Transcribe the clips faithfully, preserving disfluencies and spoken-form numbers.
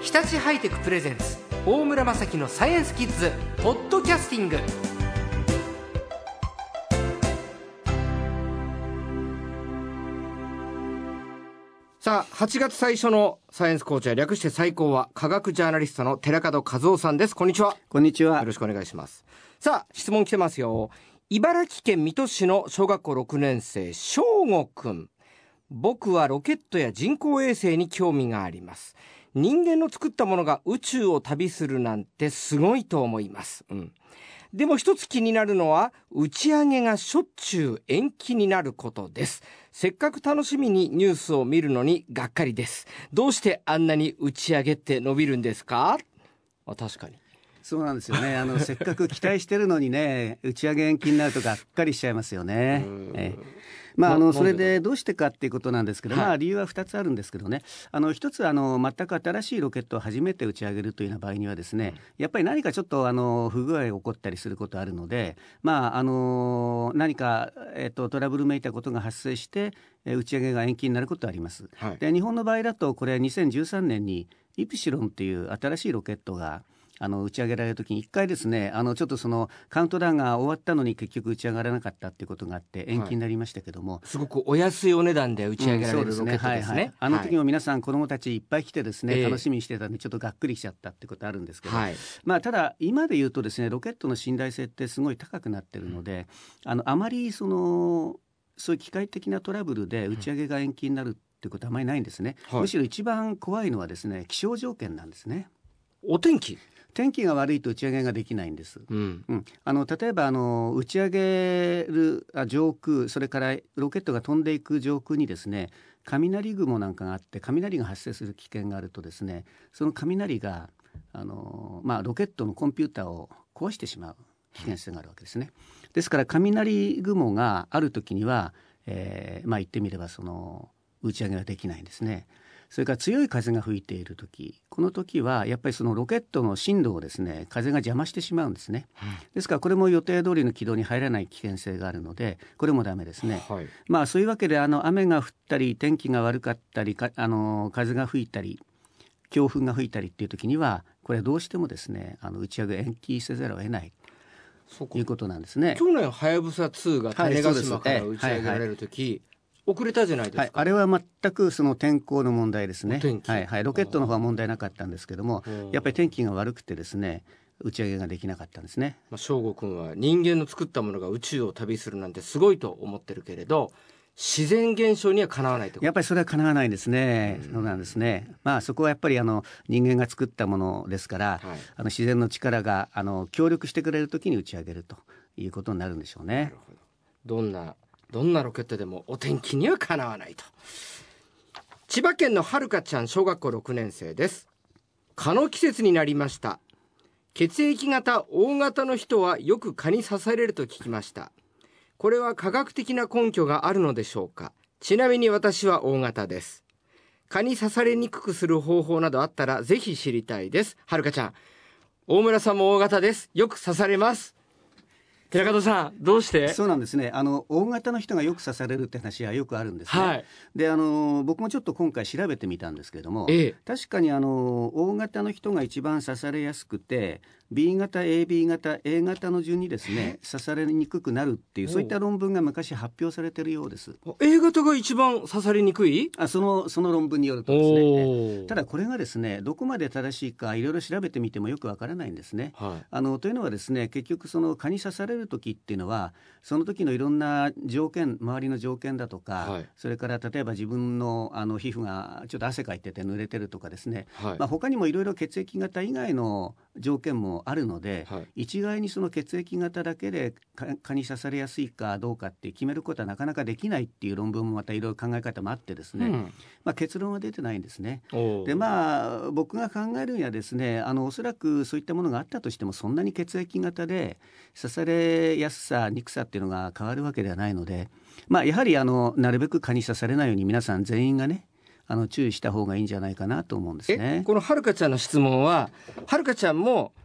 日立ハイテクプレゼンツ大村雅樹のサイエンスキッズポッドキャスティング。さあはちがつ最初のサイエンスコーチャー、略して最高は科学ジャーナリストの寺門和夫さんです。こんにちは。 こんにちは。 よろしくお願いします。さあ質問来てますよ。茨城県水戸市の小学校ろくねん生翔吾くん。僕はロケットや人工衛星に興味があります。人間の作ったものが宇宙を旅するなんてすごいと思います、うん、でも一つ気になるのは打ち上げがしょっちゅう延期になることです。せっかく楽しみにニュースを見るのにがっかりです。どうしてあんなに打ち上げって伸びるんですか？あ、確かにそうなんですよね。あのせっかく期待してるのにね、打ち上げ延期になるとがっかりしちゃいますよね。ええまあ、あのそれでどうしてかっていうことなんですけど、まあ、理由はふたつあるんですけどね、あの一つはあの全く新しいロケットを初めて打ち上げるというような場合にはですね、やっぱり何かちょっとあの不具合が起こったりすることあるので、まあ、あの何か、えっと、トラブルめいたことが発生して打ち上げが延期になることがあります、はい、で日本の場合だとこれにせんじゅうさんねんにイプシロンっていう新しいロケットがあの打ち上げられるときにいっかいですね、あのちょっとそのカウントダウンが終わったのに結局打ち上がらなかったっていうことがあって延期になりましたけども、はい、 すごくお安いお値段で打ち上げられるロケットですね、うん、そうですね、はいはい、 あの時も皆さん子どもたちいっぱい来てですね、 はい、 楽しみにしてたんでちょっとがっくりしちゃったってことあるんですけど、 はい、 まあ、ただ今で言うとですねロケットの信頼性ってすごい高くなってるので、うん、あのあまりそのそういう機械的なトラブルで打ち上げが延期になるっていうことはあまりないんですね、はい、むしろ一番怖いのはですね気象条件なんですね。 お天気天気が悪いと打ち上げができないんです、 うんうん、あの例えばあの打ち上げる上空、それからロケットが飛んでいく上空にですね雷雲なんかがあって雷が発生する危険があるとですね、その雷があの、まあ、ロケットのコンピューターを壊してしまう危険性があるわけですね。ですから雷雲があるときには、えーまあ、言ってみればその打ち上げができないんですね。それから強い風が吹いているとき、この時はやっぱりそのロケットの進路をですね風が邪魔してしまうんですね、うん、ですからこれも予定通りの軌道に入らない危険性があるのでこれもダメですね、はい、まあそういうわけであの雨が降ったり天気が悪かったりかあの風が吹いたり強風が吹いたりっていう時にはこれどうしてもですねあの打ち上げ延期せざるを得ないということなんですね。 去年はやぶさツーが種子島から打ち上げられる時、はいはいはい遅れたじゃないですか、はい、 あれは全くその天候の問題ですね、はいはい、ロケットの方は問題なかったんですけどもやっぱり天気が悪くてですね打ち上げができなかったんですね。 まあ、翔吾君は人間の作ったものが宇宙を旅するなんてすごいと思ってるけれど自然現象にはかなわないってこと。 やっぱりそれはかなわないですね、うん、そうなんですね。まあそこはやっぱりあの人間が作ったものですから、はい、あの自然の力があの協力してくれるときに打ち上げるということになるんでしょうね。 なるほど。どんなどんなロケットでもお天気にはかなわないと。千葉県のはるかちゃん小学校ろくねん生です。蚊の季節になりました。血液型 O 型の人はよく蚊に刺されると聞きました。これは科学的な根拠があるのでしょうか。ちなみに私は O 型です。蚊に刺されにくくする方法などあったらぜひ知りたいです。はるかちゃん、大村さんも O 型です。よく刺されます。寺門さんどうして？ そうなんですね。あの大型の人がよく刺されるって話はよくあるんですね、はい、であの僕もちょっと今回調べてみたんですけれども、ええ、確かにあの大型の人が一番刺されやすくて B 型 エービー 型 A 型の順にですね刺されにくくなるっていうそういった論文が昔発表されているようです。 A 型が一番刺されにくい？ あそのその論文によるとですね。ただこれがですねどこまで正しいかいろいろ調べてみてもよくわからないんですね、はい、あのというのはですね結局その蚊に刺される時っていうのはその時のいろんな条件周りの条件だとか、はい、それから例えば自分 の, あの皮膚がちょっと汗かいてて濡れてるとかですね、はいまあ、他にもいろいろ血液型以外の条件もあるので、はい、一概にその血液型だけで蚊に刺されやすいかどうかって決めることはなかなかできないっていう論文もまたいろいろ考え方もあってですね、うんまあ、結論は出てないんですね。でまあ僕が考えるにはですねあのおそらくそういったものがあったとしてもそんなに血液型で刺されやすさにくさっていうのが変わるわけではないので、まあ、やはりあのなるべく蚊に刺されないように皆さん全員がねあの注意した方がいいんじゃないかなと思うんですね。 えこのはるかちゃんの質問ははるかちゃんも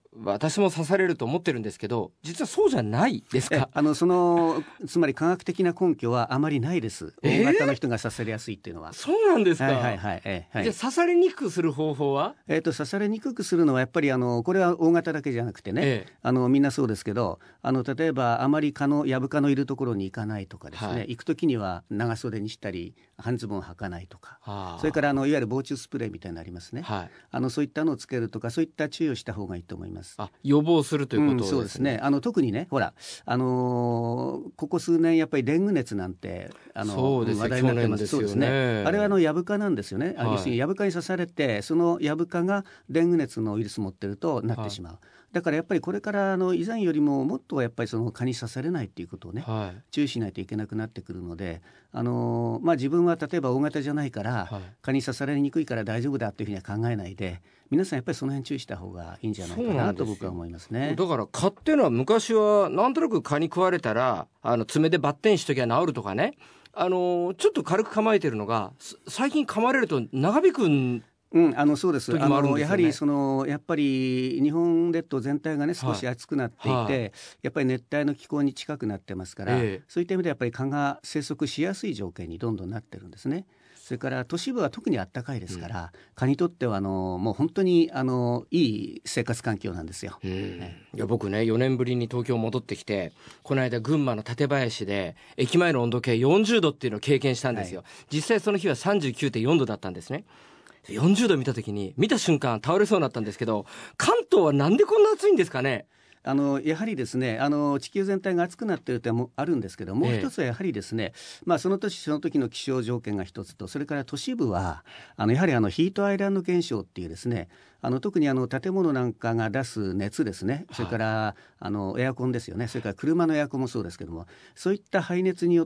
私も刺されると思ってるんですけど、実はそうじゃないですか？ あのそのつまり科学的な根拠はあまりないです。大型の人が刺されやすいっていうのは。 そうなんですか？ はいはいはい、えーはい、 じゃあ刺されにくくする方法は？ えー、と刺されにくくするのはやっぱりあのこれは大型だけじゃなくてね、ええ、あのみんなそうですけど、あの例えばあまり蚊のヤブ蚊のいるところに行かないとかですね、はい、行くときには長袖にしたり半ズボンを履かないとか、それからあのいわゆる防虫スプレーみたいなのありますね、はい、あのそういったのをつけるとか、そういった注意をした方がいいと思います。 あ、予防するということですね。 うん、そうですね。あの特にね、ほら、あのー、ここ数年やっぱりデング熱なんてあのそうです、 話題になってます。 そうですね。あれはあのヤブ蚊なんですよね。はい、要するにヤブ蚊に刺されて、そのヤブ蚊がデング熱のウイルス持ってるとなってしまう。はい、だからやっぱりこれからあの以前よりももっとやっぱりその蚊に刺されないっていうことをね、はい、注意しないといけなくなってくるので、あのーまあ、自分は例えば大型じゃないから、はい、蚊に刺されにくいから大丈夫だというふうには考えないで、皆さんやっぱりその辺注意した方がいいんじゃないかなと僕は思いますね。 だから蚊っていうのは昔はなんとなく蚊に食われたらあの爪でバッテンしときゃ治るとかね、あのー、ちょっと軽く構えてるのが最近噛まれると長引くんうん、あのそうです。あのやはりそのやっぱり日本列島全体がね少し暑くなっていて、はい、やっぱり熱帯の気候に近くなってますから、ええ、そういった意味でやっぱり蚊が生息しやすい条件にどんどんなってるんですね。それから都市部は特に暖かいですから、うん、蚊にとってはあのもう本当にあのいい生活環境なんですよ。うん、 ね、いや僕ねよねんぶりに東京戻ってきて、この間群馬の館林で駅前の温度計よんじゅうどっていうのを経験したんですよ。はい、実際その日は さんじゅうきゅうてんよんどだったんですね。よんじゅうど見た時に見た瞬間倒れそうになったんですけど、関東はなんでこんな暑いんですかね？ あのやはりですね、あの地球全体が暑くなっている点もあるんですけども、もう一つはやはりですね、ええ、まあ、その年その時の気象条件が一つと、それから都市部はあのやはりあのヒートアイランド現象っていうですね、あの特にあの建物なんかが出す熱ですね、それから、はい、あのエアコンですよね、それから車のエアコンもそうですけども、そういった排熱によって、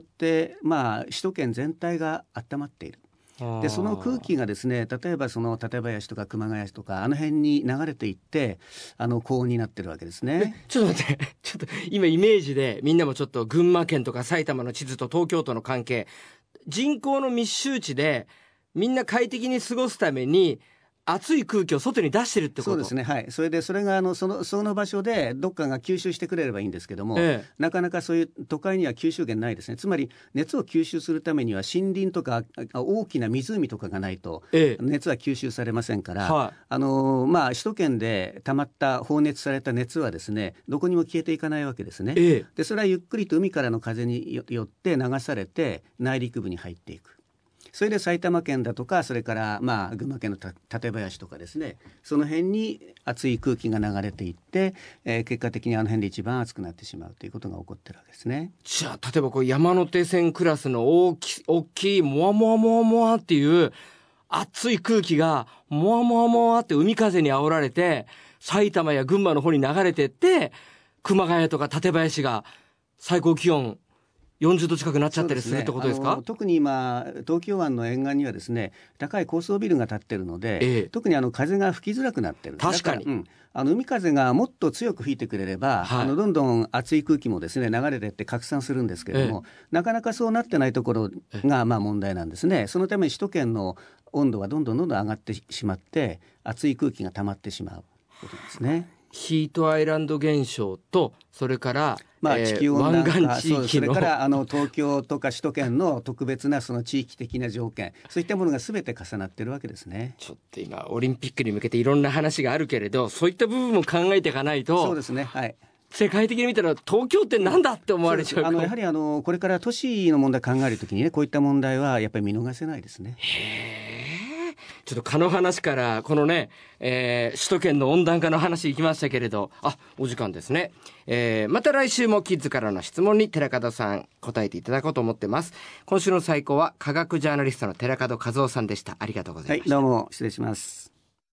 まあ、首都圏全体が温まっている。でその空気がですね、例えばその館林とか熊谷とかあの辺に流れていってあの高温になってるわけですね。 ちょっと待って、ちょっと今イメージでみんなもちょっと群馬県とか埼玉の地図と東京都の関係、人口の密集地でみんな快適に過ごすために暑い空気を外に出してるってこと？ そうですね、はい。それでそれがあのそのその場所でどっかが吸収してくれればいいんですけども、ええ、なかなかそういう都会には吸収源ないですね。つまり熱を吸収するためには森林とか大きな湖とかがないと熱は吸収されませんから、はい、あのまあ、首都圏で溜まった放熱された熱はですね、どこにも消えていかないわけですね。ええ、でそれはゆっくりと海からの風によって流されて内陸部に入っていく。それで埼玉県だとか、それからまあ群馬県の館林とかですね、その辺に熱い空気が流れていって、えー、結果的にあの辺で一番暑くなってしまうということが起こってるわけですね。 じゃあ例えばこう山手線クラスの大き大きいモワモワモワモワっていう熱い空気がモワモワモワって海風に煽られて埼玉や群馬の方に流れてって、熊谷とか館林が最高気温よんじゅうど近くなっちゃったりするってことですか？ ですね、特に今東京湾の沿岸にはですね、高い高層ビルが建ってるので、ええ、特にあの風が吹きづらくなってる。 確かに、 うん、あの海風がもっと強く吹いてくれれば、はい、あのどんどん熱い空気もですね流れてって拡散するんですけれども、ええ、なかなかそうなってないところがまあ問題なんですね。そのために首都圏の温度はどんどんどんどん上がってしまって熱い空気が溜まってしまうことですね。 ヒートアイランド現象と、それから、 まあ、地球温暖化、 えー、湾岸地域のそ, それからあの東京とか首都圏の特別なその地域的な条件、そういったものが全て重なっているわけですね。 ちょっと今オリンピックに向けていろんな話があるけれど、そういった部分も考えていかないと。 そうですね、はい。 世界的に見たら東京ってなんだって思われちゃう。 あのやはりあのこれから都市の問題考えるときにね、こういった問題はやっぱり見逃せないですね。 へー、ちょっと蚊の話からこのね、えー、首都圏の温暖化の話いきましたけれど、あ、お時間ですね。えー、また来週もキッズからの質問に寺門さん答えていただこうと思ってます。今週の最高は科学ジャーナリストの寺門和夫さんでした。ありがとうございました。 はい、どうも失礼します。